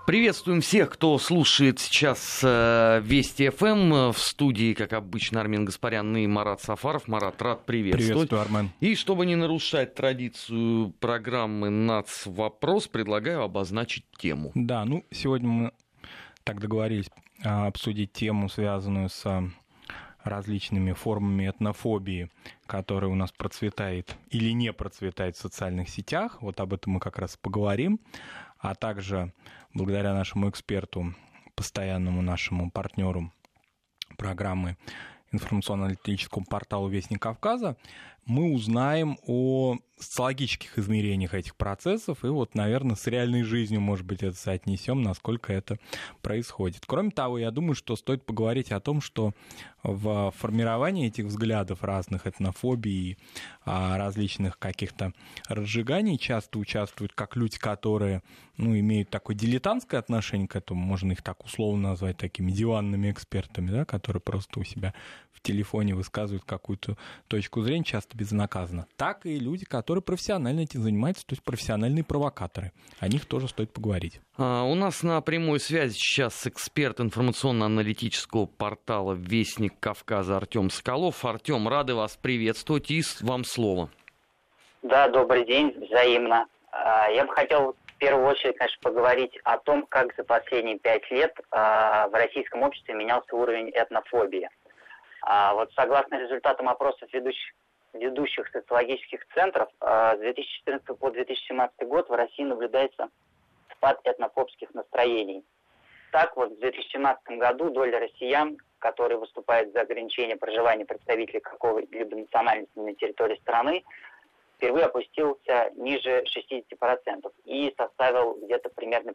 Приветствуем всех, кто слушает сейчас Вести ФМ. В студии, как обычно, Армен Гаспарян и Марат Сафаров. Марат, рад приветствовать. Приветствую, Армен. И чтобы не нарушать традицию программы «Нацвопрос», предлагаю обозначить тему. Да, сегодня мы так договорились обсудить тему, связанную с различными формами этнофобии, которая у нас процветает или не процветает в социальных сетях. Вот об этом мы как раз поговорим. А также благодаря нашему эксперту, постоянному нашему партнеру программы информационно-аналитического портала «Вестник Кавказа», мы узнаем о социологических измерениях этих процессов и вот, наверное, с реальной жизнью, может быть, это соотнесем, насколько это происходит. Кроме того, я думаю, что стоит поговорить о том, что в формировании этих взглядов разных этнофобий, различных каких-то разжиганий часто участвуют как люди, которые имеют такое дилетантское отношение к этому, можно их так условно назвать такими диванными экспертами, да, которые просто у себя в телефоне высказывают какую-то точку зрения, часто безнаказанно, так и люди, которые профессионально этим занимаются, то есть профессиональные провокаторы. О них тоже стоит поговорить. У нас на прямой связи сейчас эксперт информационно-аналитического портала «Вестник Кавказа» Артем Соколов. Артем, рады вас приветствовать, и вам слово. Да, добрый день, взаимно. Я бы хотел в первую очередь, конечно, поговорить о том, как за последние 5 лет в российском обществе менялся уровень этнофобии. Вот согласно результатам опросов ведущих социологических центров, с 2014 по 2017 год в России наблюдается спад этнофобских настроений. Так вот, в 2017 году доля россиян, которые выступают за ограничение проживания представителей какой-либо национальности на территории страны, впервые опустился ниже 60% и составил где-то примерно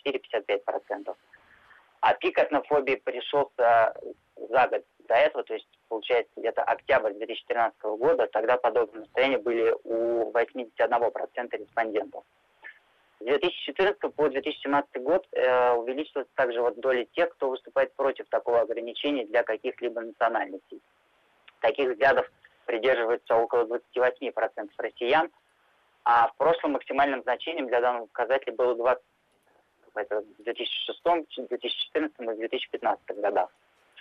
54-55%. А пик этнофобии пришелся за год до этого, то есть, получается, где-то октябрь 2013 года, тогда подобные настроения были у 81% респондентов. С 2014 по 2017 год увеличилась также доля тех, кто выступает против такого ограничения для каких-либо национальностей. Таких взглядов придерживается около 28% россиян, а в прошлом максимальным значением для данного показателя было 20%. Это в 2006, 2014 и 2015 годах.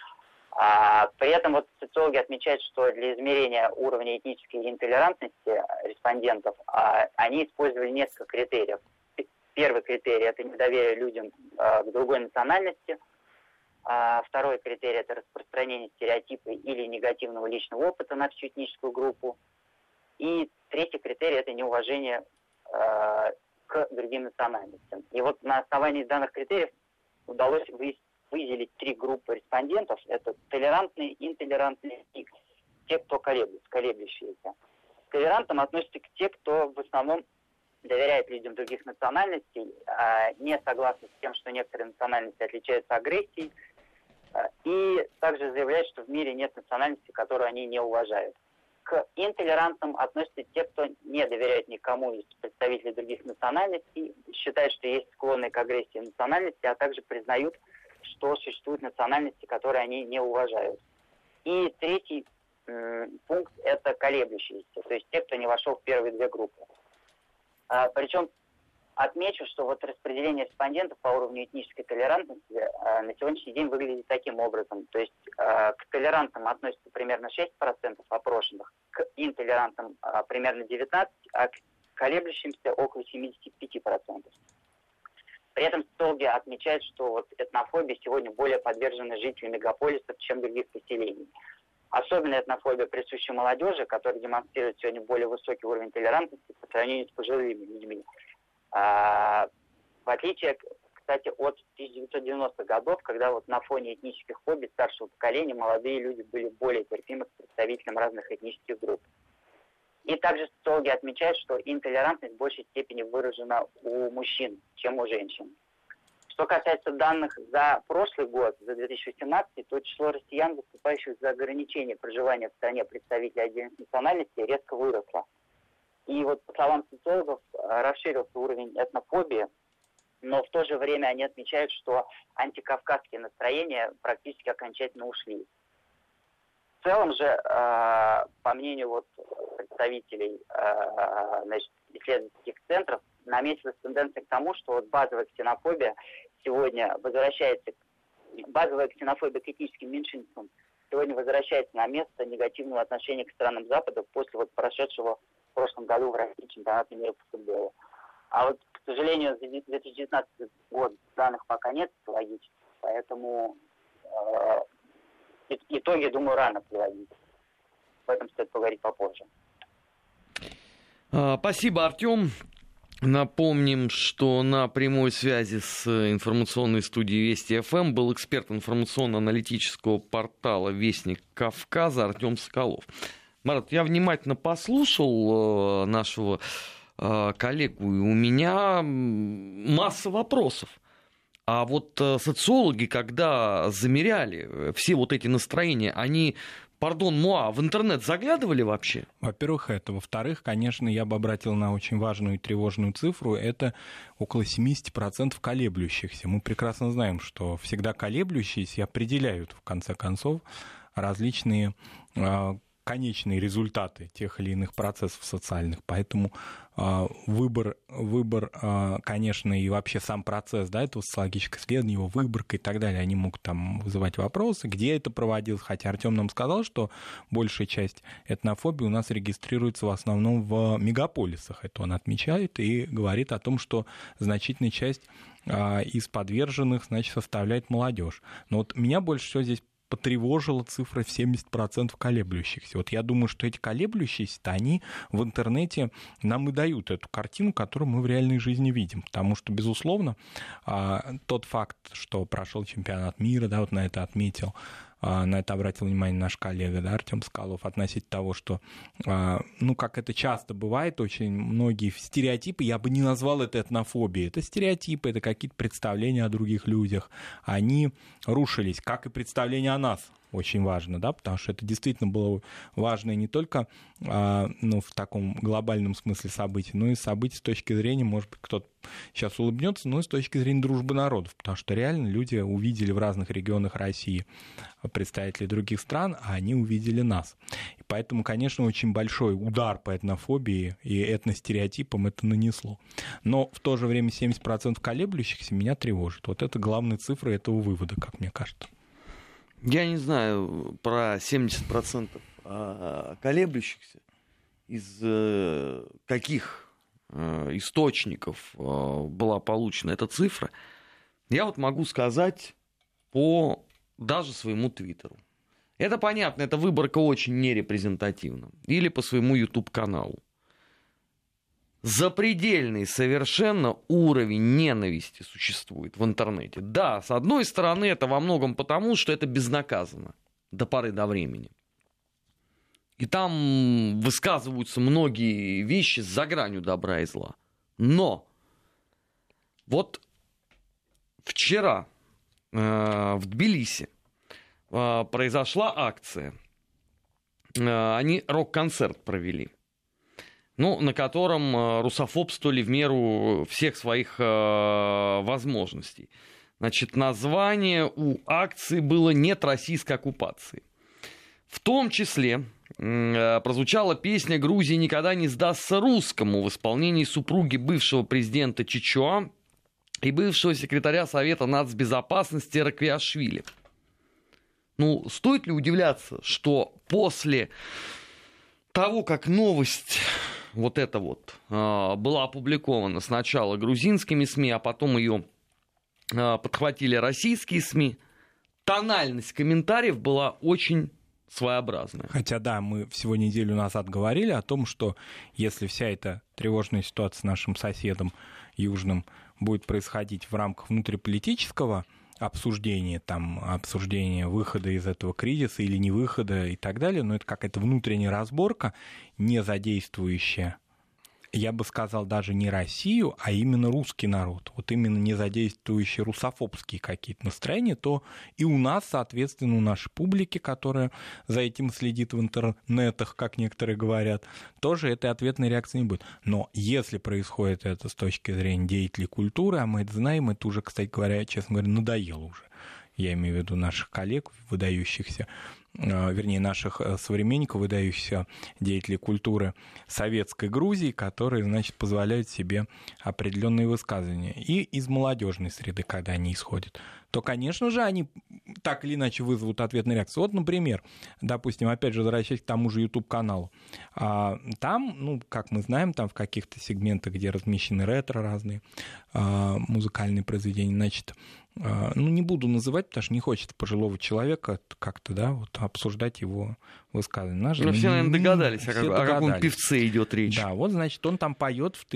При этом социологи отмечают, что для измерения уровня этнической интолерантности респондентов они использовали несколько критериев. Первый критерий – это недоверие людям к другой национальности. Второй критерий – это распространение стереотипа или негативного личного опыта на всю этническую группу. И третий критерий – это неуважение к другим национальностям. И вот на основании данных критериев удалось выделить 3 группы респондентов. Это толерантные, интолерантные и те, кто колеблющиеся. К толерантам относятся те, кто в основном доверяет людям других национальностей, не согласны с тем, что некоторые национальности отличаются агрессией, и также заявляют, что в мире нет национальности, которую они не уважают. К интолерантам относятся те, кто не доверяет никому из представителей других национальностей, считают, что есть склонные к агрессии национальности, а также признают, что существуют национальности, которые они не уважают. И третий пункт – это колеблющиеся, то есть те, кто не вошел в первые 2 группы. Причем отмечу, что распределение респондентов по уровню этнической толерантности на сегодняшний день выглядит таким образом. То есть к толерантам относится примерно 6% опрошенных, к интолерантам примерно 19%, а к колеблющимся около 75%. При этом социологи отмечают, что этнофобия сегодня более подвержена жителям мегаполисов, чем других поселений. Особенно этнофобия присуща молодежи, которая демонстрирует сегодня более высокий уровень толерантности по сравнению с пожилыми людьми. В отличие, кстати, от 1990-х годов, когда на фоне этнических фобий старшего поколения молодые люди были более терпимы к представителям разных этнических групп. И также социологи отмечают, что интолерантность в большей степени выражена у мужчин, чем у женщин. Что касается данных за прошлый год, за 2018, то число россиян, выступающих за ограничение проживания в стране представителей отдельных национальностей, резко выросло. И по словам социологов, расширился уровень этнофобии, но в то же время они отмечают, что антикавказские настроения практически окончательно ушли. В целом же, по мнению представителей исследовательских центров, наметилась тенденция к тому, что базовая ксенофобия сегодня возвращается, базовая ксенофобия к этническим меньшинствам сегодня возвращается на место негативного отношения к странам Запада после вот прошедшего в прошлом году в России чемпионата мира по футболу. А вот, к сожалению, за 2019 год данных пока нет логических, поэтому итоги, думаю, рано приводить. Об этом стоит поговорить попозже. Спасибо, Артем. Напомним, что на прямой связи с информационной студией Вести ФМ был эксперт информационно-аналитического портала «Вестник Кавказа» Артем Соколов. Марат, я внимательно послушал нашего коллегу, и у меня масса вопросов. А вот социологи, когда замеряли все вот эти настроения, они... Пардон, в интернет заглядывали вообще? Во-первых, это. Во-вторых, конечно, я бы обратил на очень важную и тревожную цифру. Это около 70% колеблющихся. Мы прекрасно знаем, что всегда колеблющиеся определяют, в конце концов, различные конечные результаты тех или иных процессов социальных. Поэтому выбор, конечно, и вообще сам процесс, да, этого социологического исследования, его выборка и так далее, они могут там вызывать вопросы, где это проводилось. Хотя Артем нам сказал, что большая часть этнофобии у нас регистрируется в основном в мегаполисах. Это он отмечает и говорит о том, что значительная часть из подверженных, значит, составляет молодежь. Но вот меня больше всего здесь потревожила цифра в 70% колеблющихся. Вот я думаю, что эти колеблющиеся-то, они в интернете нам и дают эту картину, которую мы в реальной жизни видим. Потому что, безусловно, тот факт, что прошел чемпионат мира, да, вот на это отметил, на это обратил внимание наш коллега, да, Артем Соколов, относительно того, что, как это часто бывает, очень многие стереотипы, я бы не назвал это этнофобией, это стереотипы, это какие-то представления о других людях, они рушились, как и представления о нас. Очень важно, да, потому что это действительно было важно не только в таком глобальном смысле событий, но и событий с точки зрения, может быть, кто-то сейчас улыбнется, но и с точки зрения дружбы народов, потому что реально люди увидели в разных регионах России представителей других стран, а они увидели нас. И поэтому, конечно, очень большой удар по этнофобии и этностереотипам это нанесло. Но в то же время 70% колеблющихся меня тревожит. Вот это главная цифра этого вывода, как мне кажется. Я не знаю про 70% колеблющихся, из каких источников была получена эта цифра. Я вот могу сказать по даже своему твиттеру. Это понятно, эта выборка очень нерепрезентативна. Или по своему YouTube-каналу. Запредельный совершенно уровень ненависти существует в интернете. Да, с одной стороны, это во многом потому, что это безнаказанно до поры до времени. И там высказываются многие вещи за гранью добра и зла. Но вот вчера в Тбилиси произошла акция. Они рок-концерт провели. На котором русофобствовали в меру всех своих возможностей. Значит, название у акции было «Нет российской оккупации». В том числе прозвучала песня «Грузия никогда не сдастся русскому» в исполнении супруги бывшего президента Чичуа и бывшего секретаря Совета нацбезопасности Раквиашвили. Стоит ли удивляться, что после того, как новость вот эта была опубликована сначала грузинскими СМИ, а потом ее подхватили российские СМИ, тональность комментариев была очень своеобразная. Хотя, да, мы всего неделю назад говорили о том, что если вся эта тревожная ситуация с нашим соседом южным будет происходить в рамках внутриполитического обсуждения выхода из этого кризиса или не выхода и так далее, но это какая-то внутренняя разборка, не задействующая, я бы сказал, даже не Россию, а именно русский народ, вот именно не задействующие русофобские какие-то настроения, то и у нас, соответственно, у нашей публики, которая за этим следит в интернетах, как некоторые говорят, тоже этой ответной реакции не будет. Но если происходит это с точки зрения деятелей культуры, а мы это знаем, это уже, кстати говоря, честно говоря, надоело уже. Я имею в виду наших коллег, выдающихся вернее, наших современников, выдающихся деятелей культуры советской Грузии, которые, значит, позволяют себе определенные высказывания. И из молодежной среды, когда они исходят, то, конечно же, они так или иначе вызовут ответную реакцию. Вот, например, допустим, опять же, возвращаясь к тому же YouTube-каналу. Там, ну, как мы знаем, там в каких-то сегментах, где размещены ретро разные музыкальные произведения, значит, ну, не буду называть, потому что не хочется пожилого человека как-то, да, вот обсуждать его высказывания. Ну, все, наверное, догадались, о каком певце идет речь. Да, вот, значит, он там поет в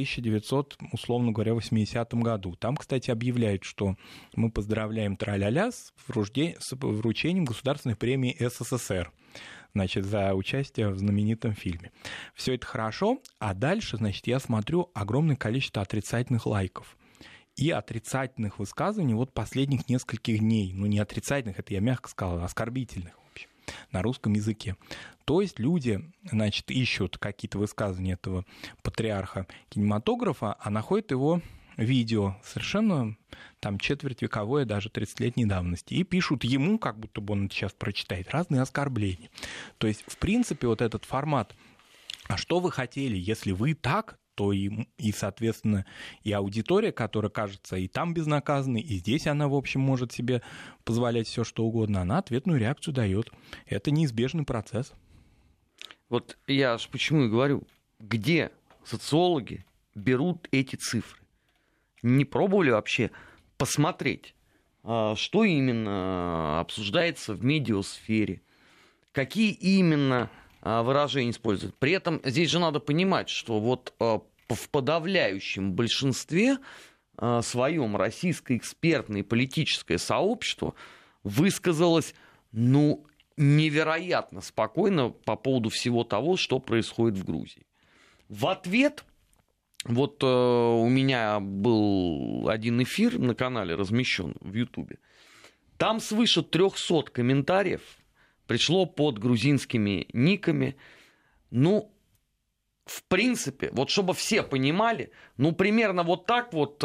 1980 году. Там, кстати, объявляют, что мы поздравляем тра-ля-ля с вручением Государственной премии СССР, значит, за участие в знаменитом фильме. Все это хорошо, а дальше, значит, я смотрю огромное количество отрицательных лайков и отрицательных высказываний вот последних нескольких дней. Ну, не отрицательных, это я мягко сказал, а оскорбительных, в общем, на русском языке. То есть люди, значит, ищут какие-то высказывания этого патриарха кинематографа, а находят его видео совершенно там четвертьвековое, даже 30-летней давности, и пишут ему, как будто бы он это сейчас прочитает, разные оскорбления. То есть, в принципе, вот этот формат «а что вы хотели, если вы так?», то и, соответственно, и аудитория, которая, кажется, и там безнаказанной, и здесь она, в общем, может себе позволять все что угодно, она ответную реакцию дает. Это неизбежный процесс. Вот я ж почему и говорю, где социологи берут эти цифры? Не пробовали вообще посмотреть, что именно обсуждается в медиасфере, какие именно выражения используют. При этом здесь же надо понимать, что вот в подавляющем большинстве своем российское экспертное и политическое сообщество высказалось, ну, невероятно спокойно по поводу всего того, что происходит в Грузии. В ответ, вот у меня был один эфир на канале, размещен в Ютубе, там свыше 300 комментариев пришло под грузинскими никами. Ну, в принципе, вот чтобы все понимали, ну, примерно вот так вот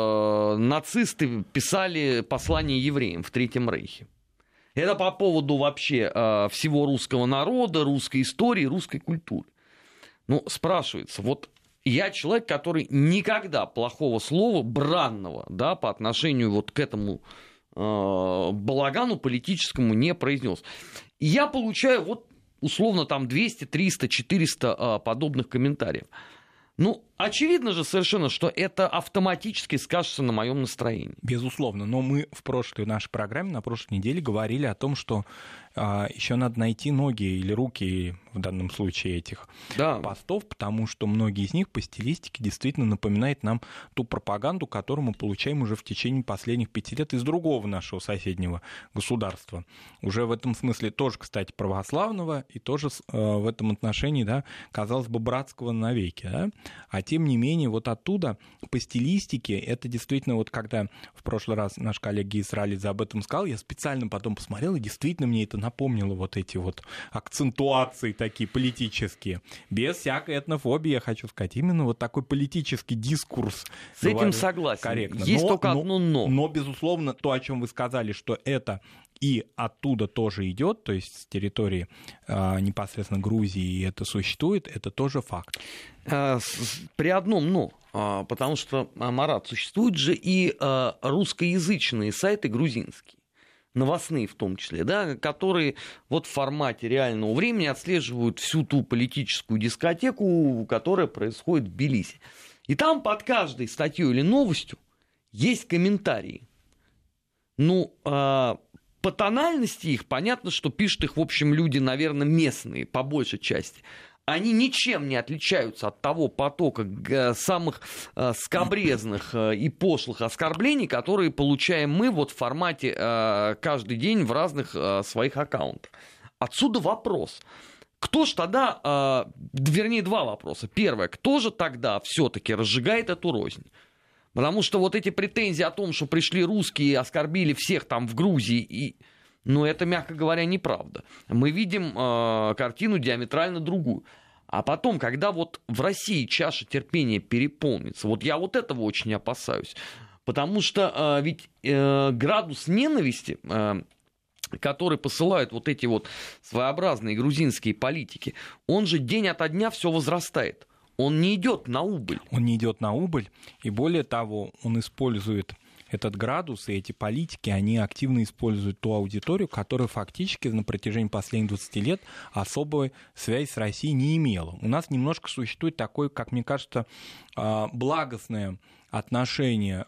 нацисты писали послание евреям в Третьем Рейхе. Это по поводу вообще всего русского народа, русской истории, русской культуры. Ну, спрашивается, вот я человек, который никогда плохого слова, бранного, да, по отношению вот к этому балагану политическому не произнес. И я получаю вот условно там 200, 300, 400 подобных комментариев. Ну, очевидно же совершенно, что это автоматически скажется на моем настроении. Безусловно, но мы в прошлой нашей программе, на прошлой неделе говорили о том, что еще надо найти ноги или руки, в данном случае, этих постов, потому что многие из них по стилистике действительно напоминают нам ту пропаганду, которую мы получаем уже в течение последних 5 лет из другого нашего соседнего государства. Уже в этом смысле тоже, кстати, православного, и тоже в этом отношении, да, казалось бы, братского навеки. Да? А тем не менее, вот оттуда по стилистике, это действительно, вот когда в прошлый раз наш коллега Исраилидзе об этом сказал, я специально потом посмотрел, и действительно мне это напомнило вот эти вот акцентуации такие политические. Без всякой этнофобии, я хочу сказать. Именно вот такой политический дискурс. С этим согласен. Корректно. Есть только одно «но». Но, безусловно, то, о чем вы сказали, что это и оттуда тоже идет, то есть с территории непосредственно Грузии это существует, это тоже факт. При одном «но», потому что, Марат, существуют же и русскоязычные сайты грузинские, новостные в том числе, да, которые вот в формате реального времени отслеживают всю ту политическую дискотеку, которая происходит в Тбилиси. И там под каждой статьей или новостью есть комментарии. Ну, по тональности их понятно, что пишут их, в общем, люди, наверное, местные, по большей части. Они ничем не отличаются от того потока самых скабрезных и пошлых оскорблений, которые получаем мы вот в формате каждый день в разных своих аккаунтах. Отсюда вопрос. Кто же тогда, вернее, два вопроса. Первое, кто же тогда все-таки разжигает эту рознь? Потому что вот эти претензии о том, что пришли русские и оскорбили всех там в Грузии, ну, это, мягко говоря, неправда. Мы видим картину диаметрально другую. А потом, когда вот в России чаша терпения переполнится, вот я вот этого очень опасаюсь. Потому что ведь градус ненависти который посылают вот эти вот своеобразные грузинские политики, он же день ото дня все возрастает. Он не идет на убыль. Он не идет на убыль, и более того, он использует этот градус, и эти политики, они активно используют ту аудиторию, которая фактически на протяжении последних 20 лет особой связи с Россией не имела. У нас немножко существует такое, как мне кажется, благостное отношение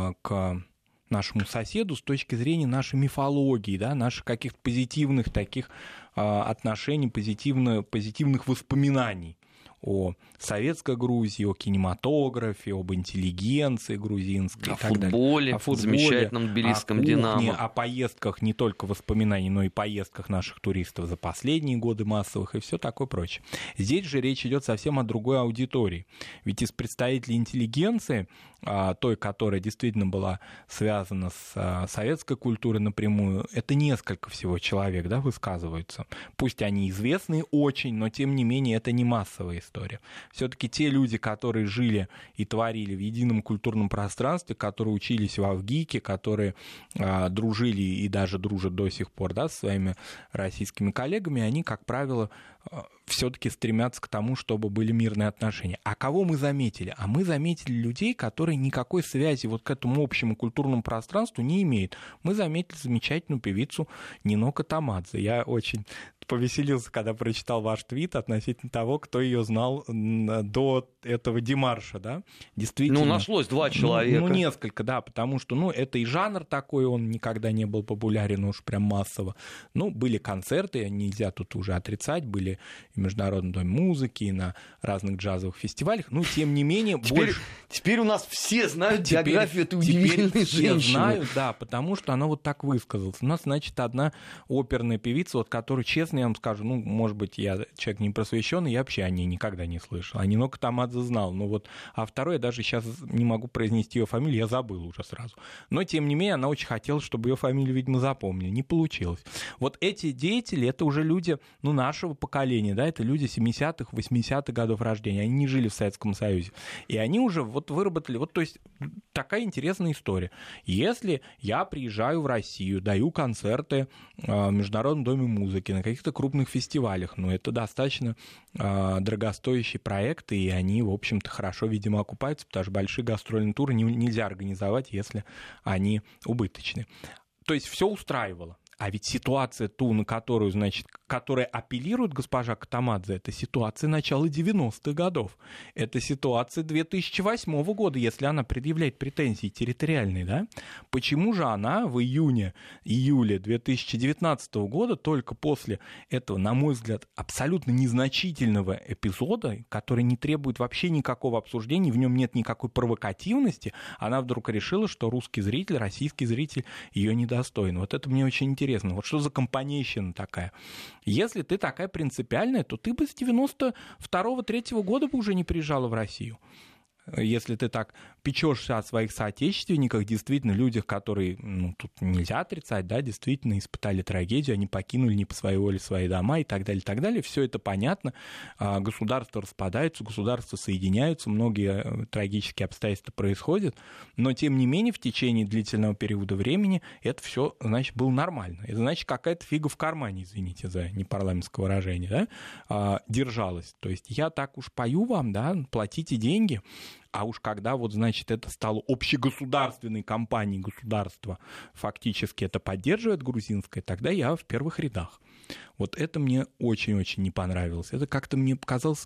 к нашему соседу с точки зрения нашей мифологии, да, наших каких-то позитивных таких отношений, позитивных воспоминаний о советской Грузии, о кинематографе, об интеллигенции грузинской. О футболе, замечательном тбилисском «Динамо». О поездках, не только воспоминаний, но и поездках наших туристов за последние годы массовых и все такое прочее. Здесь же речь идет совсем о другой аудитории. Ведь из представителей интеллигенции, той, которая действительно была связана с советской культурой напрямую, это несколько всего человек, да, высказываются. Пусть они известные очень, но тем не менее это не массовая история. Все-таки те люди, которые жили и творили в едином культурном пространстве, которые учились в Авгике, которые дружили и даже дружат до сих пор, да, со своими российскими коллегами, они, как правило, все-таки стремятся к тому, чтобы были мирные отношения. А кого мы заметили? А мы заметили людей, которые никакой связи вот к этому общему культурному пространству не имеют. Мы заметили замечательную певицу Нино Катамадзе. Я очень повеселился, когда прочитал ваш твит относительно того, кто ее знал до этого демарша, да? Действительно. Ну, нашлось 2 человека. Ну, несколько, да, потому что, это и жанр такой, он никогда не был популярен уж прям массово. Были концерты, нельзя тут уже отрицать, были и в Международном доме музыки, и на разных джазовых фестивалях, но тем не менее... Теперь у нас все знают биографию этой удивительной женщины. Все знают, да, потому что она вот так высказалась. У нас, значит, одна оперная певица, вот, которую, честно я вам скажу, может быть, я человек не просвещенный, я вообще о ней никогда не слышал. А Нино Катамадзе знал. А второй, я даже сейчас не могу произнести ее фамилию, я забыл уже сразу. Но, тем не менее, она очень хотела, чтобы ее фамилию, видимо, запомнили. Не получилось. Вот эти деятели, это уже люди, нашего поколения, да, это люди 70-х, 80-х годов рождения. Они не жили в Советском Союзе. И они уже выработали, то есть такая интересная история. Если я приезжаю в Россию, даю концерты в Международном доме музыки, на каких-то крупных фестивалях, это достаточно дорогостоящие проекты, и они, в общем-то, хорошо, видимо, окупаются, потому что большие гастрольные туры нельзя организовать, если они убыточны. То есть все устраивало. А ведь ситуация ту, на которую, которая апеллирует госпожа Катамадзе, это ситуация начала 90-х годов. Это ситуация 2008 года, если она предъявляет претензии территориальные, да? Почему же она в июле 2019 года, только после этого, на мой взгляд, абсолютно незначительного эпизода, который не требует вообще никакого обсуждения, в нем нет никакой провокативности, она вдруг решила, что русский зритель, российский зритель ее недостоин. Вот это мне очень интересно. Вот что за компанейщина такая? Если ты такая принципиальная, то ты бы с 92-3 года бы уже не приезжала в Россию. Если ты так печешься о своих соотечественниках, действительно, людях, которые, тут нельзя отрицать, да, действительно испытали трагедию, они покинули не по своей воле свои дома и так далее, все это понятно. Государства распадаются, государства соединяются, многие трагические обстоятельства происходят, но, тем не менее, в течение длительного периода времени это все, значит, было нормально. Это, значит, какая-то фига в кармане, извините за непарламентское выражение, да, держалась. То есть я так уж пою вам, да, платите деньги. А уж когда, это стало общегосударственной кампанией, государства фактически это поддерживает грузинское, тогда я в первых рядах. Вот это мне очень-очень не понравилось. Это как-то мне показалось,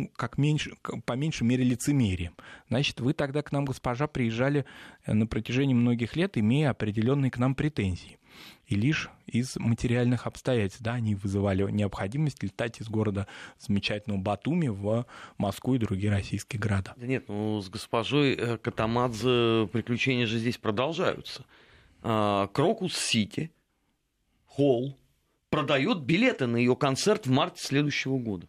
по меньшей мере, лицемерием. Значит, вы тогда к нам, госпожа, приезжали на протяжении многих лет, имея определенные к нам претензии. И лишь из материальных обстоятельств, да, они вызывали необходимость летать из города замечательного Батуми в Москву и другие российские города. Да нет, с госпожой Катамадзе приключения же здесь продолжаются. Крокус-Сити, Холл продает билеты на ее концерт в марте следующего года.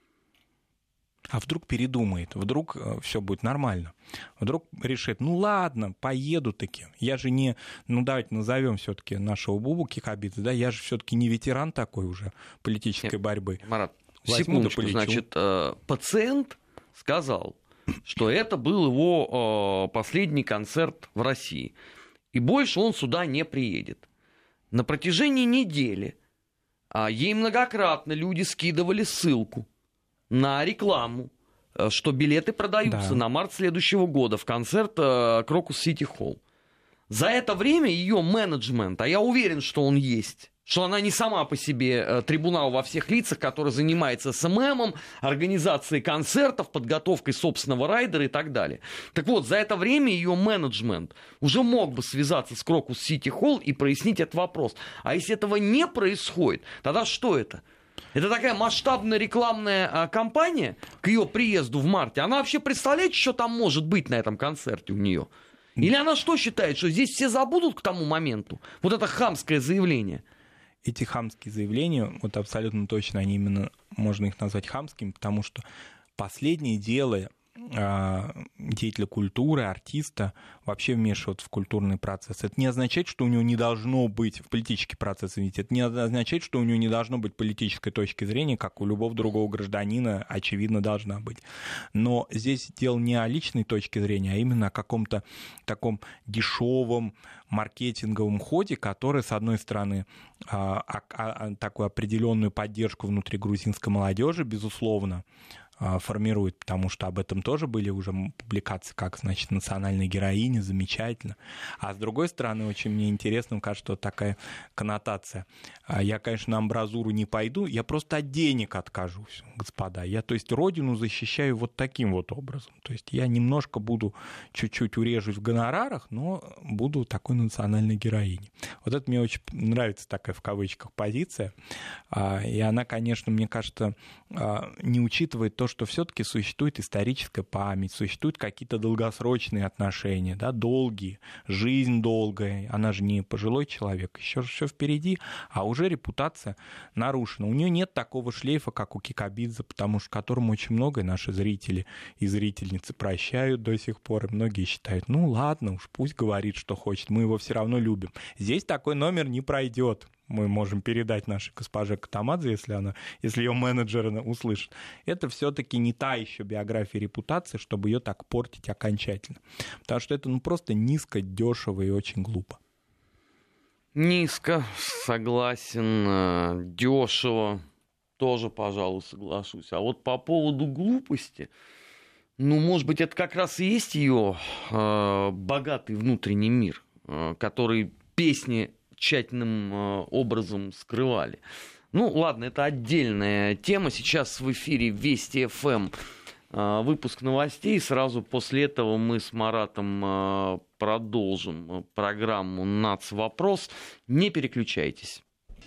А вдруг передумает, вдруг все будет нормально. Вдруг решит, ладно, поеду таки. Я же не, давайте назовем все-таки нашего Бубу Кикабидзе, да, я же все-таки не ветеран такой уже политической борьбы. Марат, секундочку, значит, пациент сказал, что это был его последний концерт в России, и больше он сюда не приедет. На протяжении недели ей многократно люди скидывали ссылку на рекламу, что билеты продаются на март следующего года в концерт Крокус Сити Холл. За это время ее менеджмент, а я уверен, что он есть, что она не сама по себе трибунал во всех лицах, который занимается СММом, организацией концертов, подготовкой собственного райдера и так далее. Так вот, за это время ее менеджмент уже мог бы связаться с Крокус Сити Холл и прояснить этот вопрос. А если этого не происходит, тогда что это? Это такая масштабная рекламная кампания к ее приезду в марте. Она вообще представляет, что там может быть на этом концерте у нее? Или она что считает, что здесь все забудут к тому моменту? Вот это хамское заявление. Эти хамские заявления, вот абсолютно точно, они именно, можно их назвать хамскими, потому что последнее дело деятеля культуры, артиста вообще вмешиваться в культурный процесс. Это не означает, что у него не должно быть в политический процесс, ведь это не означает, что у него не должно быть политической точки зрения, как у любого другого гражданина, очевидно, должна быть. Но здесь дело не о личной точке зрения, а именно о каком-то таком дешевом маркетинговом ходе, который, с одной стороны, такую определенную поддержку внутри грузинской молодежи, безусловно, формирует, потому что об этом тоже были уже публикации, как, значит, национальная героиня, замечательно. А с другой стороны, очень мне интересно, кажется, вот такая коннотация. Я, конечно, на амбразуру не пойду, я просто от денег откажусь, господа. Я, то есть, родину защищаю вот таким вот образом. То есть я немножко буду, чуть-чуть урежусь в гонорарах, но буду такой национальной героиней. Вот это мне очень нравится, такая в кавычках позиция. И она, конечно, мне кажется, не учитывает то, что все-таки существует историческая память, существуют какие-то долгосрочные отношения, да, долгие, жизнь долгая, она же не пожилой человек, еще все впереди, а уже репутация нарушена. У нее нет такого шлейфа, как у Кикабидзе, потому что которому очень многое наши зрители и зрительницы прощают до сих пор, и многие считают, ну ладно, уж пусть говорит, что хочет, мы его все равно любим. Здесь такой номер не пройдет. Мы можем передать нашей госпоже Катамадзе, если ее менеджер услышит. Это все-таки не та еще биография репутации, чтобы ее так портить окончательно. Потому что это просто низко, дешево и очень глупо. Низко, согласен, дешево, тоже, пожалуй, соглашусь. А вот по поводу глупости, может быть, это как раз и есть ее богатый внутренний мир, который песни тщательным образом скрывали. Ладно, это отдельная тема. Сейчас в эфире Вести ФМ выпуск новостей. Сразу после этого мы с Маратом продолжим программу «Нацвопрос». Не переключайтесь.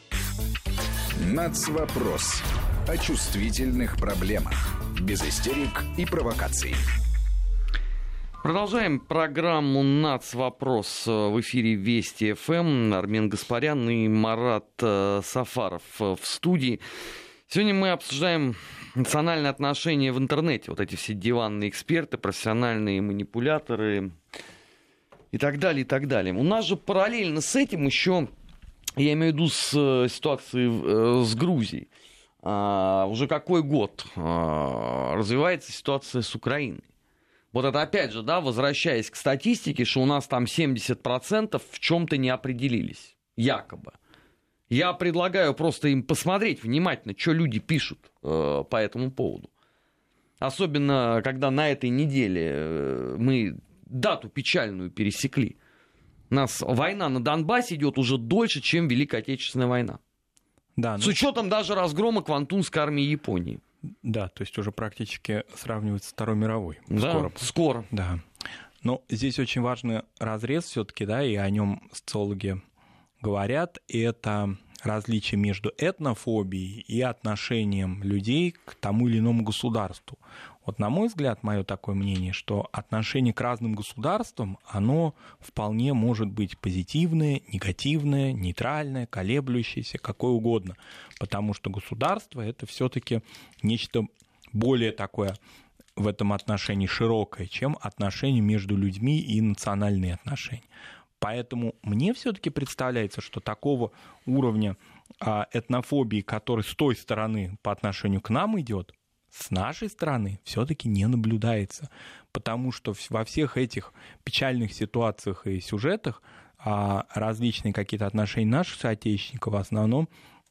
«Нацвопрос» о чувствительных проблемах. Без истерик и провокаций. Продолжаем программу «Нацвопрос» в эфире Вести ФМ. Армен Гаспарян и Марат Сафаров в студии. Сегодня мы обсуждаем национальные отношения в интернете. Вот эти все диванные эксперты, профессиональные манипуляторы и так далее, и так далее. У нас же параллельно с этим еще, я имею в виду с ситуацией с Грузией, уже какой год развивается ситуация с Украиной. Вот это опять же, да, возвращаясь к статистике, что у нас там 70% в чем-то не определились, якобы. Я предлагаю просто им посмотреть внимательно, что люди пишут по этому поводу. Особенно, когда на этой неделе мы дату печальную пересекли. У нас война на Донбассе идет уже дольше, чем Великая Отечественная война. Да, с учетом даже разгрома Квантунской армии Японии. Да, то есть уже практически сравнивается с Второй мировой. Да, скоро. Да. Но здесь очень важный разрез все-таки, да, и о нем социологи говорят, это различие между этнофобией и отношением людей к тому или иному государству. Вот, на мой взгляд, мое такое мнение, что отношение к разным государствам, оно вполне может быть позитивное, негативное, нейтральное, колеблющееся, какое угодно. Потому что государство — это все-таки нечто более такое в этом отношении широкое, чем отношения между людьми и национальные отношения. Поэтому мне все-таки представляется, что такого уровня этнофобии, который с той стороны по отношению к нам идет, с нашей стороны все-таки не наблюдается. Потому что во всех этих печальных ситуациях и сюжетах а различные какие-то отношения наших соотечественников в основном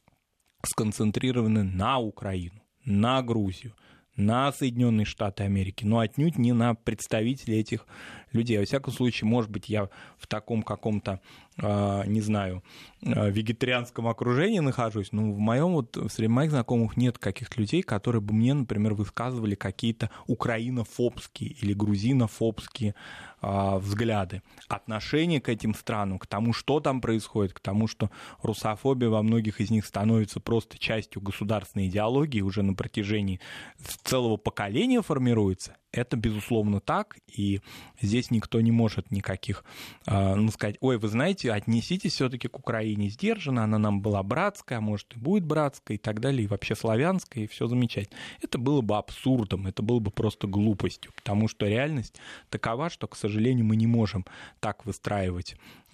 сконцентрированы на Украину, на Грузию, на Соединенные Штаты Америки, но отнюдь не на представителей этих людей. Во всяком случае, может быть, я в таком каком-то, не знаю, вегетарианском окружении нахожусь, но среди моих знакомых нет каких-то людей, которые бы мне, например, высказывали какие-то украинофобские или грузинофобские взгляды. Отношение к этим странам, к тому, что там происходит, к тому, что русофобия во многих из них становится просто частью государственной идеологии, уже на протяжении целого поколения формируется, это, безусловно, так, и здесь никто не может никаких, сказать, ой, вы знаете, отнеситесь все-таки к Украине сдержанно, она нам была братская, а может и будет братская, и так далее, и вообще славянская, и все замечательно. Это было бы абсурдом, это было бы просто глупостью, потому что реальность такова, что, к сожалению, мы не можем так выстраивать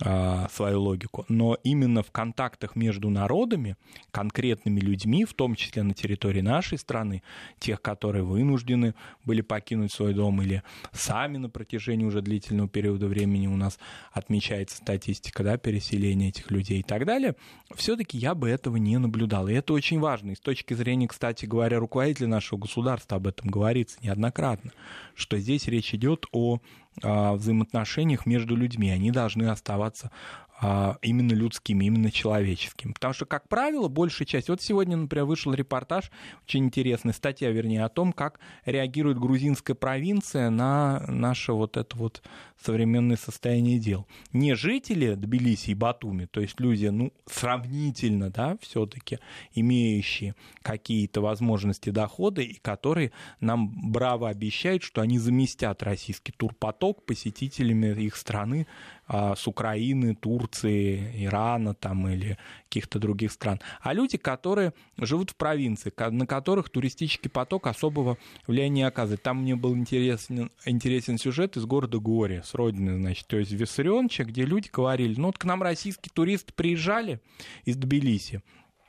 свою логику. Но именно в контактах между народами, конкретными людьми, в том числе на территории нашей страны, тех, которые вынуждены были покинуть свой дом или сами на протяжении уже длительного периода времени у нас отмечается статистика, да, переселения этих людей и так далее, все-таки я бы этого не наблюдал. И это очень важно. И с точки зрения, кстати говоря, руководителя нашего государства об этом говорится неоднократно, что здесь речь идет о взаимоотношениях между людьми. Они должны оставаться именно людскими, именно человеческими. Потому что, как правило, большая часть... Вот сегодня, например, вышел репортаж, очень интересная статья, вернее, о том, как реагирует грузинская провинция на наше вот это вот современное состояние дел. Не жители Тбилиси и Батуми, то есть люди, сравнительно, да, все-таки имеющие какие-то возможности дохода, и которые нам браво обещают, что они заместят российский турпоток посетителями их страны с Украины, Турции, Ирана там, или каких-то других стран. А люди, которые живут в провинции, на которых туристический поток особого влияния не оказывает. Там мне был интересен сюжет из города Гори, с родины, значит, то есть Виссарионовича, где люди говорили, к нам российские туристы приезжали из Тбилиси,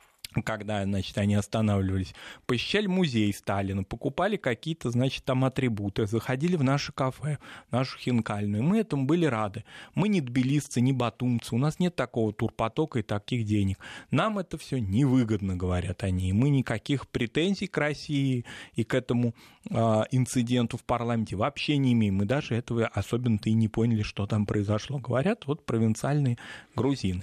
когда, значит, они останавливались, посещали музей Сталина, покупали какие-то, значит, там атрибуты, заходили в наше кафе, в нашу хинкальную. Мы этому были рады. Мы не тбилисцы, не батумцы, у нас нет такого турпотока и таких денег. Нам это все невыгодно, говорят они. Мы никаких претензий к России и к этому инциденту в парламенте вообще не имеем. Мы даже этого особенно-то и не поняли, что там произошло. Говорят, вот провинциальные грузины.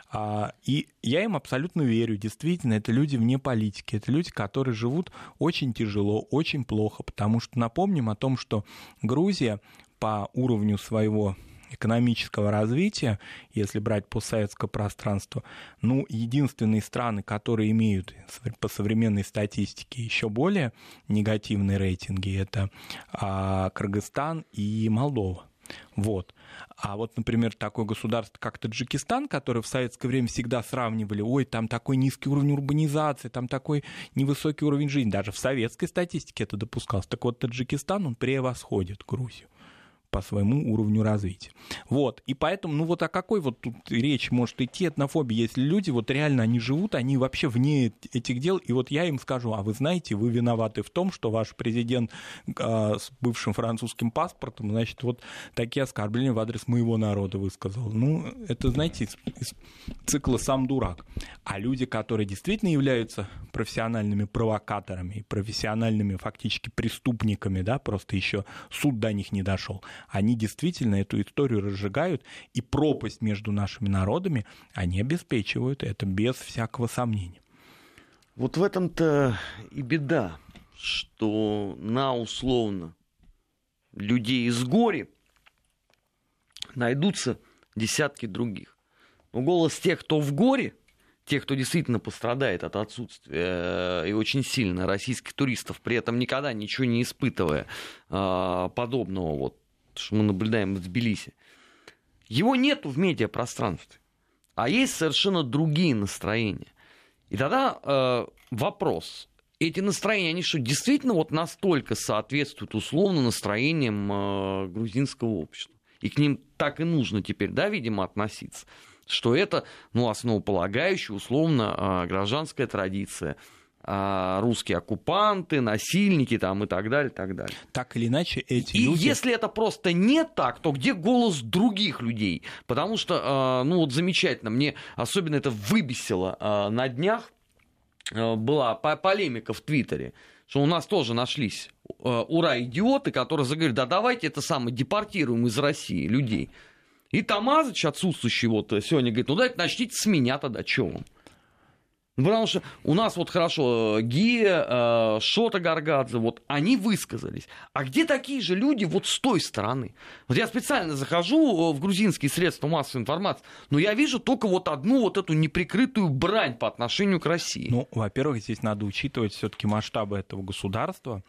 И я им абсолютно верю. Действительно, это люди вне политики. Это люди, которые живут очень тяжело, очень плохо. Потому что напомним о том, что Грузия по уровню своего экономического развития, если брать постсоветское пространство, единственные страны, которые имеют по современной статистике еще более негативные рейтинги, это Кыргызстан и Молдова. Вот. А вот, например, такое государство, как Таджикистан, которое в советское время всегда сравнивали, ой, там такой низкий уровень урбанизации, там такой невысокий уровень жизни, даже в советской статистике это допускалось. Так вот, Таджикистан, он превосходит Грузию по своему уровню развития. Вот, и поэтому, о какой вот тут речь может идти этнофобии, если люди вот реально, они живут, они вообще вне этих дел, и вот я им скажу, а вы знаете, вы виноваты в том, что ваш президент с бывшим французским паспортом, значит, вот такие оскорбления в адрес моего народа высказал. Это, знаете, из цикла «Сам дурак». А люди, которые действительно являются профессиональными провокаторами и профессиональными фактически преступниками, да, просто еще суд до них не дошел, они действительно эту историю разжигают, и пропасть между нашими народами они обеспечивают, это без всякого сомнения. Вот в этом-то и беда, что на условно людей из Гори найдутся десятки других. Но голос тех, кто в Горе, тех, кто действительно пострадает от отсутствия и очень сильно российских туристов, при этом никогда ничего не испытывая подобного, что мы наблюдаем в Тбилиси, его нету в медиапространстве, а есть совершенно другие настроения. И тогда вопрос, эти настроения, они что, действительно настолько соответствуют условно настроениям грузинского общества? И к ним так и нужно теперь, видимо, относиться, что это, основополагающая, условно, гражданская традиция, русские оккупанты, насильники там, и так далее, и так далее. Так или иначе, эти и люди... если это просто не так, то где голос других людей? Потому что, ну вот замечательно, мне особенно это выбесило на днях, была полемика в Твиттере, что у нас тоже нашлись ура-идиоты, которые заговорили, да давайте это самое, депортируем из России людей. И Тамазыч, отсутствующий вот сегодня, говорит, ну давайте начните с меня тогда, чё вам? Потому что у нас вот хорошо Гия, Шота Гаргадзе, вот они высказались. А где такие же люди вот с той стороны? Вот я специально захожу в грузинские средства массовой информации, но я вижу только вот одну вот эту неприкрытую брань по отношению к России. Ну, во-первых, здесь надо учитывать все-таки масштабы этого государства,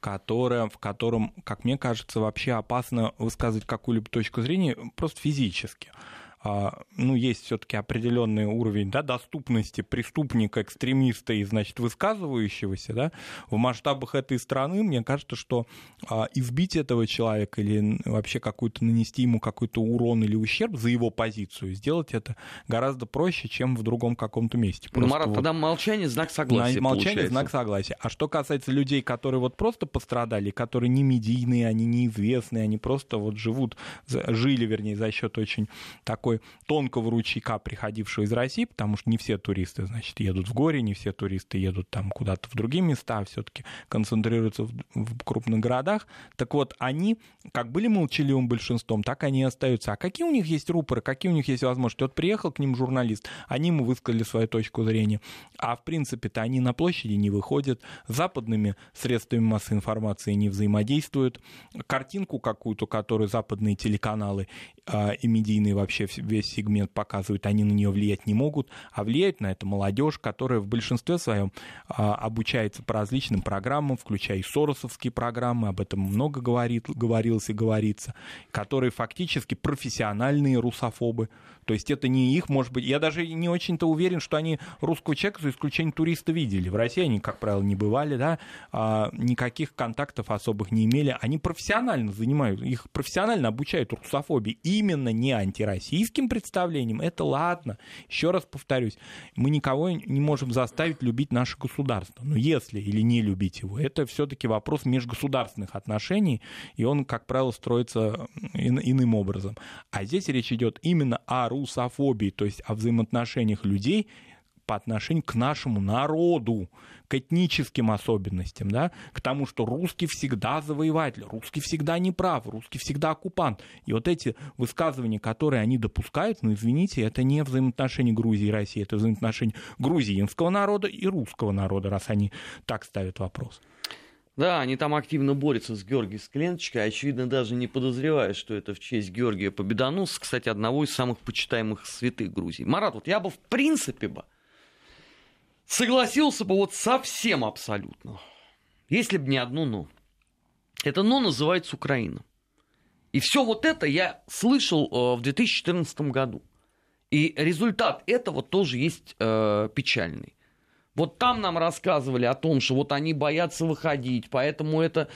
в котором, как мне кажется, вообще опасно высказывать какую-либо точку зрения просто физически. Ну, есть все-таки определенный уровень, да, доступности преступника, экстремиста и, значит, высказывающегося, да, в масштабах этой страны, мне кажется, что избить этого человека или вообще нанести ему какой-то урон или ущерб за его позицию, сделать это гораздо проще, чем в другом каком-то месте. Ну, Марат, тогда молчание — знак согласия. Молчание — знак согласия. А что касается людей, которые вот просто пострадали, которые не медийные, они неизвестные, они просто вот жили за счет очень такой тонкого ручейка, приходившего из России, потому что не все туристы, значит, едут в горе, не все туристы едут там куда-то в другие места, все-таки концентрируются в крупных городах. Так вот, они как были молчаливым большинством, так они и остаются. А какие у них есть рупоры, какие у них есть возможности? Вот приехал к ним журналист, они ему высказали свою точку зрения, а в принципе-то они на площади не выходят, с западными средствами массовой информации не взаимодействуют, картинку какую-то, которую западные телеканалы и медийные вообще весь сегмент показывают, они на нее влиять не могут, а влияет на это молодежь, которая в большинстве своем обучается по различным программам, включая и соросовские программы, об этом много говорилось и говорится, которые фактически профессиональные русофобы. То есть это не их, может быть, я даже не очень-то уверен, что они русского человека, за исключением туриста, видели. В России они, как правило, не бывали, да, никаких контактов особых не имели. Они профессионально занимаются, их профессионально обучают русофобии, именно не антироссийским представлением. Это ладно. Еще раз повторюсь, мы никого не можем заставить любить наше государство. Но если или не любить его, это все-таки вопрос межгосударственных отношений, и он, как правило, строится иным образом. А здесь речь идет именно о русофобии, то есть о взаимоотношениях людей по отношению к нашему народу, к этническим особенностям, да, к тому, что русский всегда завоеватель, русский всегда неправ, русский всегда оккупант. И вот эти высказывания, которые они допускают, ну, извините, это не взаимоотношения Грузии и России, это взаимоотношения грузинского народа и русского народа, раз они так ставят вопрос. Да, они там активно борются с Георгиевской ленточкой, очевидно, даже не подозревая, что это в честь Георгия Победоносца, кстати, одного из самых почитаемых святых Грузии. Марат, вот я бы в принципе согласился бы вот совсем абсолютно, если бы не одно «но». Это «но» называется Украина. И все вот это я слышал в 2014 году. И результат этого тоже есть печальный. Вот там нам рассказывали о том, что вот они боятся выходить, поэтому это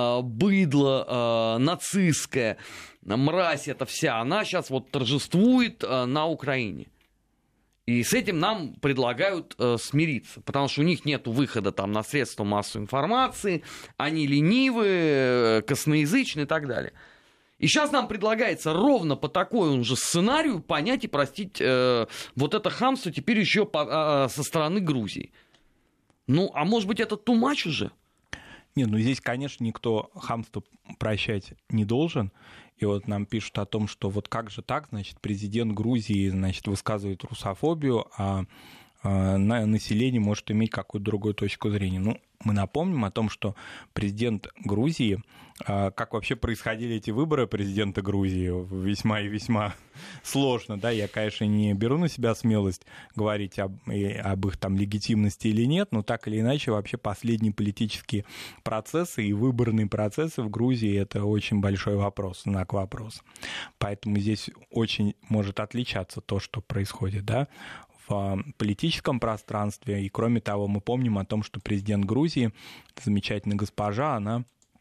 быдло нацистское, мразь эта вся, она сейчас вот торжествует на Украине. И с этим нам предлагают смириться, потому что у них нет выхода там на средства массовой информации, они ленивые, косноязычные и так далее. И сейчас нам предлагается ровно по такому же сценарию понять и простить вот это хамство теперь еще со стороны Грузии. Ну, а может быть, это too much уже? Нет, ну здесь, конечно, никто хамство прощать не должен. И вот нам пишут о том, что вот как же так, значит, президент Грузии, значит, высказывает русофобию, а население может иметь какую-то другую точку зрения. Ну, мы напомним о том, что президент Грузии, как вообще происходили эти выборы президента Грузии, весьма и весьма сложно, да, я, конечно, не беру на себя смелость говорить об их там легитимности или нет, но так или иначе вообще последние политические процессы и выборные процессы в Грузии — это очень большой вопрос, знак вопроса. Поэтому здесь очень может отличаться то, что происходит, да, в политическом пространстве. И кроме того, мы помним о том, что президент Грузии, замечательная госпожа, она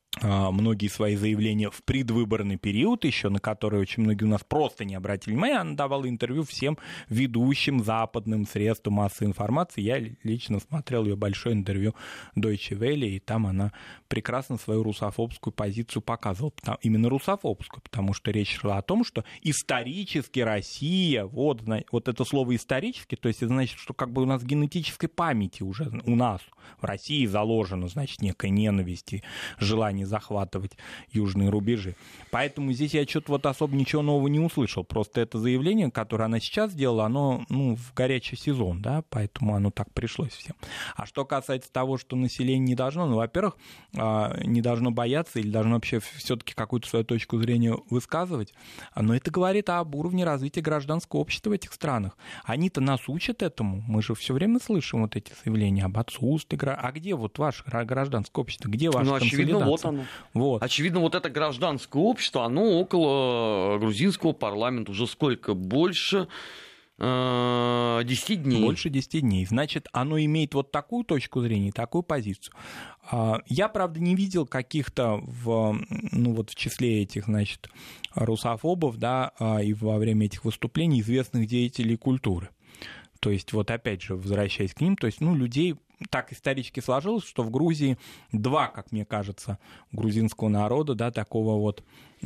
многие свои заявления в предвыборный период еще, на которые очень многие у нас просто не обратили внимания. Она давала интервью всем ведущим западным средствам массовой информации. Я лично смотрел ее большое интервью Deutsche Welle, и там она прекрасно свою русофобскую позицию показывала. Именно русофобскую, потому что речь шла о том, что исторически Россия, вот это слово «исторически», то есть это значит, что как бы у нас в генетической памяти уже у нас в России заложено, значит, некая ненависть и желание захватывать южные рубежи. Поэтому здесь я что-то вот особо ничего нового не услышал. Просто это заявление, которое она сейчас сделала, оно в горячий сезон, да, поэтому оно так пришлось всем. А что касается того, что население не должно, во-первых, не должно бояться или должно вообще все-таки какую-то свою точку зрения высказывать, но это говорит об уровне развития гражданского общества в этих странах. Они-то нас учат этому. Мы же все время слышим вот эти заявления об отсутствии. А где вот ваше гражданское общество? Где ваша консолидация? Очевидно, вот оно. Вот. Очевидно, вот это гражданское общество, оно около грузинского парламента уже сколько? Больше 10 дней. Больше 10 дней. Значит, оно имеет вот такую точку зрения, такую позицию. Я, правда, не видел каких-то в числе этих, значит, русофобов, да, и во время этих выступлений известных деятелей культуры. То есть, вот опять же, возвращаясь к ним, то есть, людей так исторически сложилось, что в Грузии два, как мне кажется, грузинского народа, да, такого вот,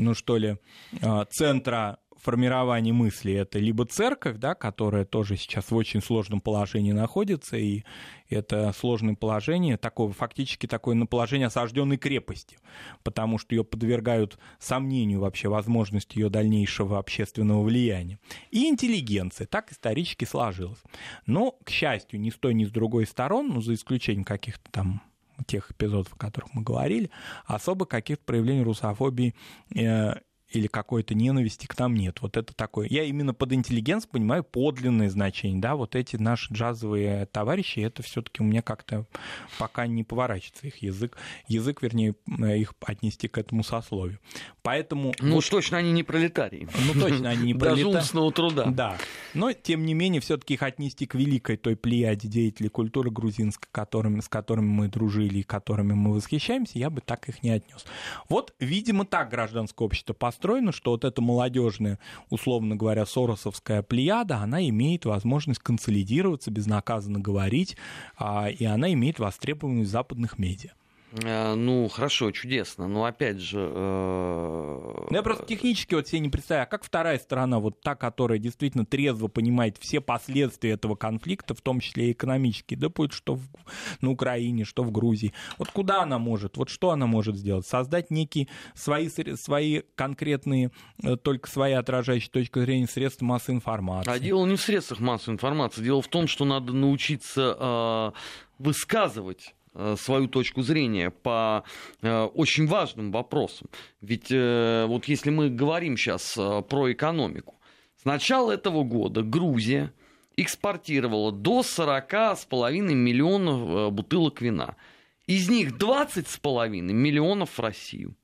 центра формирования мысли. Это либо церковь, да, которая тоже сейчас в очень сложном положении находится, и это сложное положение, фактически такое положение осажденной крепости, потому что ее подвергают сомнению вообще возможности ее дальнейшего общественного влияния. И интеллигенция, так исторически сложилось. Но, к счастью, ни с той, ни с другой сторон, за исключением каких-то там тех эпизодов, о которых мы говорили, особо каких-то проявлений русофобии или какой-то ненависти к нам нет. Вот это такое. Я именно под интеллигенцией понимаю подлинное значение. Да, вот эти наши джазовые товарищи, это все-таки у меня как-то пока не поворачивается их язык, вернее, их отнести к этому сословию. Поэтому... уж точно они не пролетарии. Точно они не пролетарии. Даже умственного труда. Да. Но, тем не менее, все-таки их отнести к великой той плеяде деятелей культуры грузинской, с которыми мы дружили и которыми мы восхищаемся, я бы так их не отнес. Вот, видимо, так гражданское общество построено, что вот эта молодежная, условно говоря, соросовская плеяда, она имеет возможность консолидироваться, безнаказанно говорить, и она имеет востребованность западных медиа. Хорошо, чудесно, но опять же... Я просто технически себе не представляю, а как вторая сторона, вот та, которая действительно трезво понимает все последствия этого конфликта, в том числе и экономические, да будет что на Украине, что в Грузии, вот куда она может, вот что она может сделать? Создать некие свои конкретные, только свои отражающие точки зрения средства массовой информации. А дело не в средствах массовой информации, дело в том, что надо научиться высказывать свою точку зрения по очень важным вопросам. Ведь вот если мы говорим сейчас про экономику, с начала этого года Грузия экспортировала до 40,5 миллионов бутылок вина. Из них 20,5 миллионов в Россию.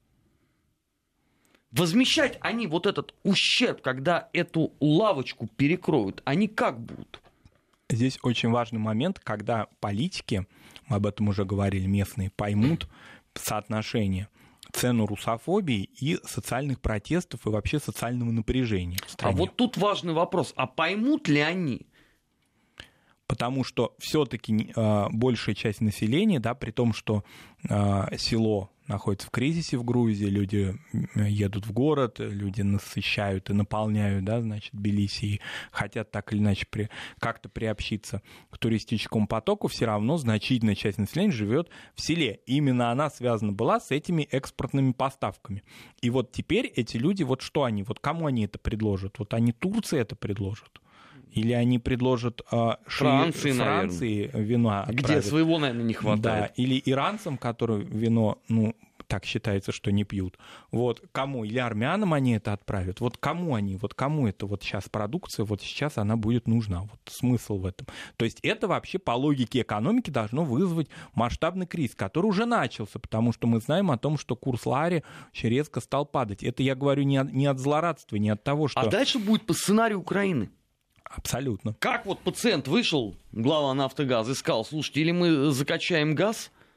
Возмещать они вот этот ущерб, когда эту лавочку перекроют, они как будут? Здесь очень важный момент, когда политики, мы об этом уже говорили, местные, поймут соотношение цену русофобии и социальных протестов и вообще социального напряжения в стране. А вот тут важный вопрос, а поймут ли они? Потому что все-таки большая часть населения, да, при том, что село находится в кризисе в Грузии, люди едут в город, люди насыщают и наполняют, да, значит, Тбилиси и хотят так или иначе как-то приобщиться к туристическому потоку, все равно значительная часть населения живет в селе. Именно она связана была с этими экспортными поставками. И вот теперь эти люди, вот что они, вот кому они это предложат? Вот они Турции это предложат? Или они предложат Франции вино отправят. Где своего, наверное, не хватает. Да, или иранцам, которые вино, так считается, что не пьют. Вот кому? Или армянам они это отправят? Вот кому они? Вот кому это вот сейчас продукция, вот сейчас она будет нужна? Вот смысл в этом. То есть это вообще по логике экономики должно вызвать масштабный кризис, который уже начался, потому что мы знаем о том, что курс лари очень резко стал падать. Это я говорю не от злорадства, не от того, что... А дальше будет по сценарию Украины. Абсолютно. Как вот пациент вышел, глава «Нафтогаза», и сказал: слушайте, или мы закачаем газ,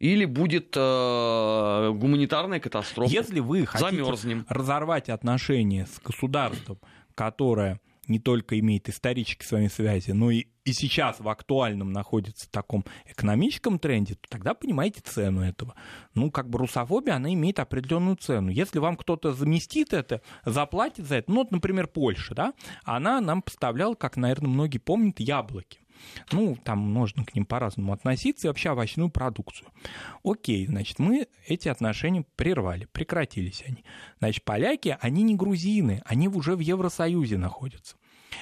или будет гуманитарная катастрофа. Если вы хотите разорвать отношения с государством, которое не только имеет исторические с вами связи, но и сейчас в актуальном находится в таком экономическом тренде, то тогда понимаете цену этого. Русофобия, она имеет определенную цену. Если вам кто-то заместит это, заплатит за это, например, Польша, да, она нам поставляла, как, наверное, многие помнят, яблоки. Там можно к ним по-разному относиться, и вообще овощную продукцию. Окей, значит, мы эти отношения прервали, прекратились они. Значит, поляки, они не грузины, они уже в Евросоюзе находятся.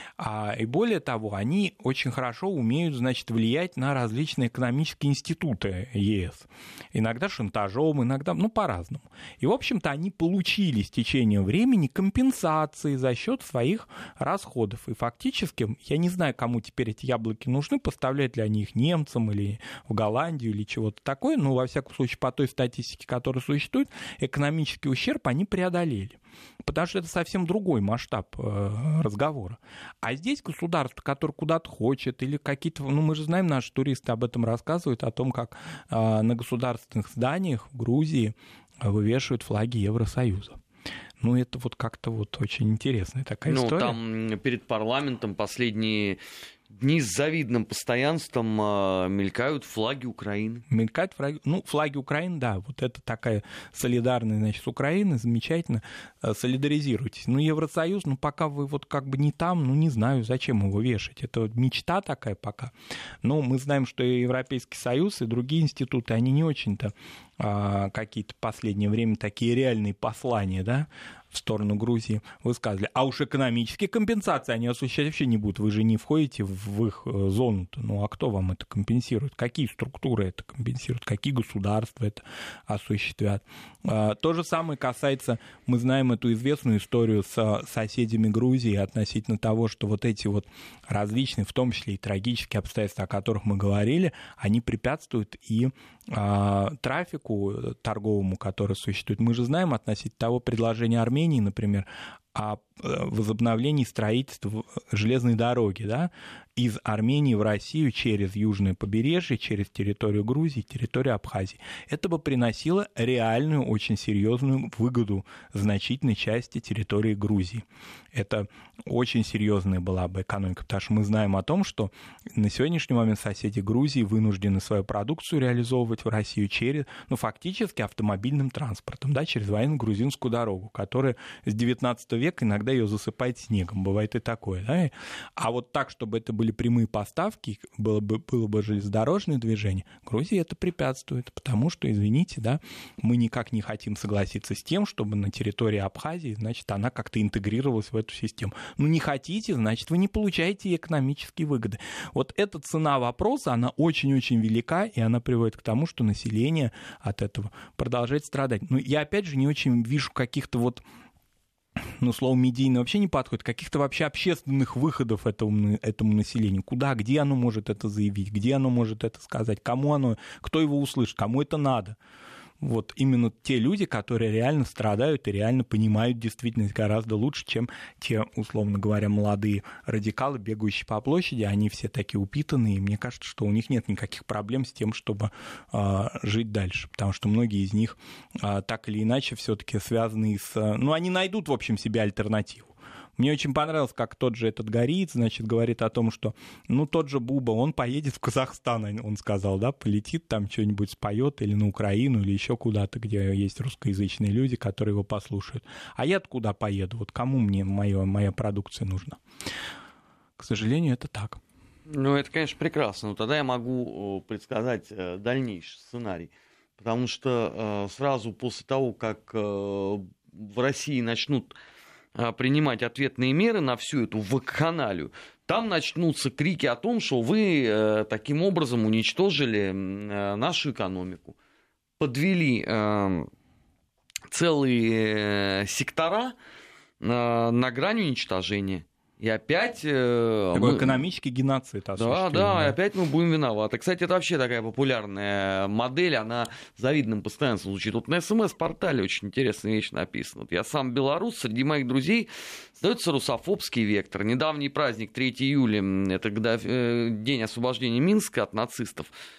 И более того, они очень хорошо умеют, значит, влиять на различные экономические институты ЕС. Иногда шантажом, иногда, по-разному. И, в общем-то, они получили с течением времени компенсации за счет своих расходов. И фактически, я не знаю, кому теперь эти яблоки нужны, поставляют ли они их немцам или в Голландию или чего-то такое, но, во всяком случае, по той статистике, которая существует, экономический ущерб они преодолели. Потому что это совсем другой масштаб разговора. А здесь государство, которое куда-то хочет, или какие-то... мы же знаем, наши туристы об этом рассказывают, о том, как на государственных зданиях в Грузии вывешивают флаги Евросоюза. Это как-то очень интересная такая история. Там перед парламентом последние дни с завидным постоянством мелькают флаги Украины. Мелькают флаги, флаги Украины, да, это такая солидарность, значит, с Украиной, замечательно, солидаризируйтесь. Евросоюз, пока вы не там, не знаю, зачем его вешать, это мечта такая пока. Но мы знаем, что и Европейский Союз, и другие институты, они не очень-то какие-то в последнее время такие реальные послания, да, в сторону Грузии высказывали. А уж экономические компенсации они осуществлять вообще не будут. Вы же не входите в их зону-то. А кто вам это компенсирует? Какие структуры это компенсируют? Какие государства это осуществят? То же самое касается, мы знаем эту известную историю с соседями Грузии относительно того, что эти различные, в том числе и трагические обстоятельства, о которых мы говорили, они препятствуют и трафику торговому, который существует. Мы же знаем относительно того предложения Армении, например, о возобновлении строительства железной дороги, да, из Армении в Россию через южное побережье, через территорию Грузии, территорию Абхазии. Это бы приносило реальную, очень серьезную выгоду значительной части территории Грузии. Это очень серьезная была бы экономика, потому что мы знаем о том, что на сегодняшний момент соседи Грузии вынуждены свою продукцию реализовывать в Россию через, фактически автомобильным транспортом, да, через военно-грузинскую дорогу, которая с 19 века иногда ее засыпает снегом, бывает и такое, да? А так, чтобы это были прямые поставки, было бы железнодорожное движение, Грузии это препятствует, потому что, извините, да, мы никак не хотим согласиться с тем, чтобы на территории Абхазии, значит, она как-то интегрировалась в эту систему. Не хотите, значит, вы не получаете экономические выгоды. Эта цена вопроса, она очень-очень велика, и она приводит к тому, что население от этого продолжает страдать. Я, опять же, не очень вижу каких-то слово медийно вообще не подходит, каких-то вообще общественных выходов этому населению. Куда, где оно может это заявить, где оно может это сказать, кто его услышит, кому это надо. Именно те люди, которые реально страдают и реально понимают действительность гораздо лучше, чем те, условно говоря, молодые радикалы, бегающие по площади, они все такие упитанные, и мне кажется, что у них нет никаких проблем с тем, чтобы жить дальше, потому что многие из них так или иначе все-таки связаны с... они найдут, в общем, себе альтернативу. Мне очень понравилось, как тот же этот Гориец, значит, говорит о том, что, тот же Буба, он поедет в Казахстан, он сказал, да, полетит там, что-нибудь споет, или на Украину, или еще куда-то, где есть русскоязычные люди, которые его послушают. А я-то куда поеду? Кому мне моя продукция нужна? К сожалению, это так. Это, конечно, прекрасно. Но тогда я могу предсказать дальнейший сценарий. Потому что сразу после того, как в России начнут принимать ответные меры на всю эту вакханалию, там начнутся крики о том, что вы таким образом уничтожили нашу экономику, подвели целые сектора на грани уничтожения. И опять... Такой экономический геноцид осуществлен. Да, и опять мы будем виноваты. Кстати, это вообще такая популярная модель, она завидным постоянством звучит. На СМС-портале очень интересная вещь написана. Я сам белорус, среди моих друзей остается русофобский вектор. Недавний праздник 3 июля, это день освобождения Минска от нацистов,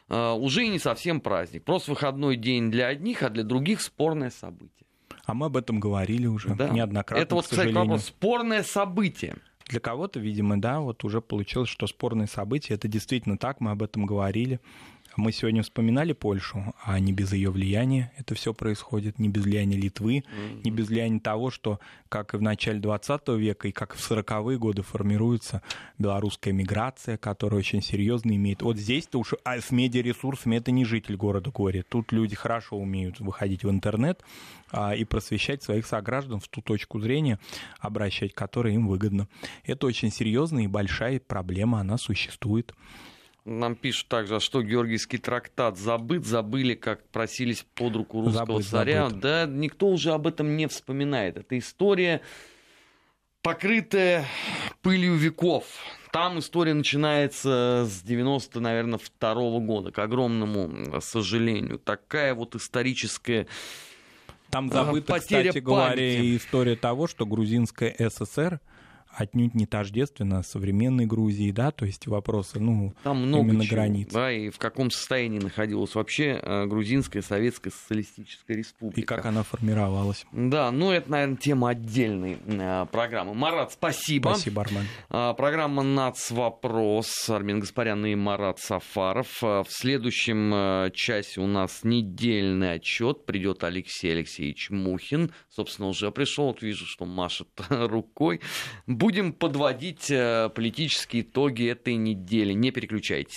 уже и не совсем праздник. Просто выходной день для одних, а для других спорное событие. А мы об этом говорили уже неоднократно, это вот, к сожалению. Кстати, вопрос. Спорное событие. Для кого-то, видимо, да, вот уже получилось, что спорные события, это действительно так, мы об этом говорили. Мы сегодня вспоминали Польшу, а не без ее влияния это все происходит, не без влияния Литвы, не без влияния того, что как и в начале 20 века, и как в 40-е годы формируется белорусская миграция, которая очень серьезно имеет. Вот здесь-то уж с медиаресурсами это не житель города говорит. Тут люди хорошо умеют выходить в интернет и просвещать своих сограждан в ту точку зрения, обращать, которая им выгодна. Это очень серьезная и большая проблема, она существует. Нам пишут также, а что Георгиевский трактат забыли, как просились под руку русского царя. Забыт. Да, никто уже об этом не вспоминает. Это история, покрытая пылью веков. Там история начинается с 90, наверное, 2-го года, к огромному сожалению. Такая вот историческая Там забыта, потеря кстати говоря, памяти. история того, что грузинская ССР отнюдь не тождественно современной Грузии, да, то есть вопросы, там много именно чего, границ. да, и в каком состоянии находилась вообще Грузинская Советская Социалистическая Республика. И как она формировалась. Да, это, наверное, тема отдельной программы. Марат, спасибо. Спасибо, Армен. Программа «Нацвопрос». Армен Гаспарян и Марат Сафаров. В следующем часе у нас недельный отчет. Придет Алексей Алексеевич Мухин. Собственно, уже пришел. Вот вижу, что машет рукой. Будем подводить политические итоги этой недели. Не переключайтесь.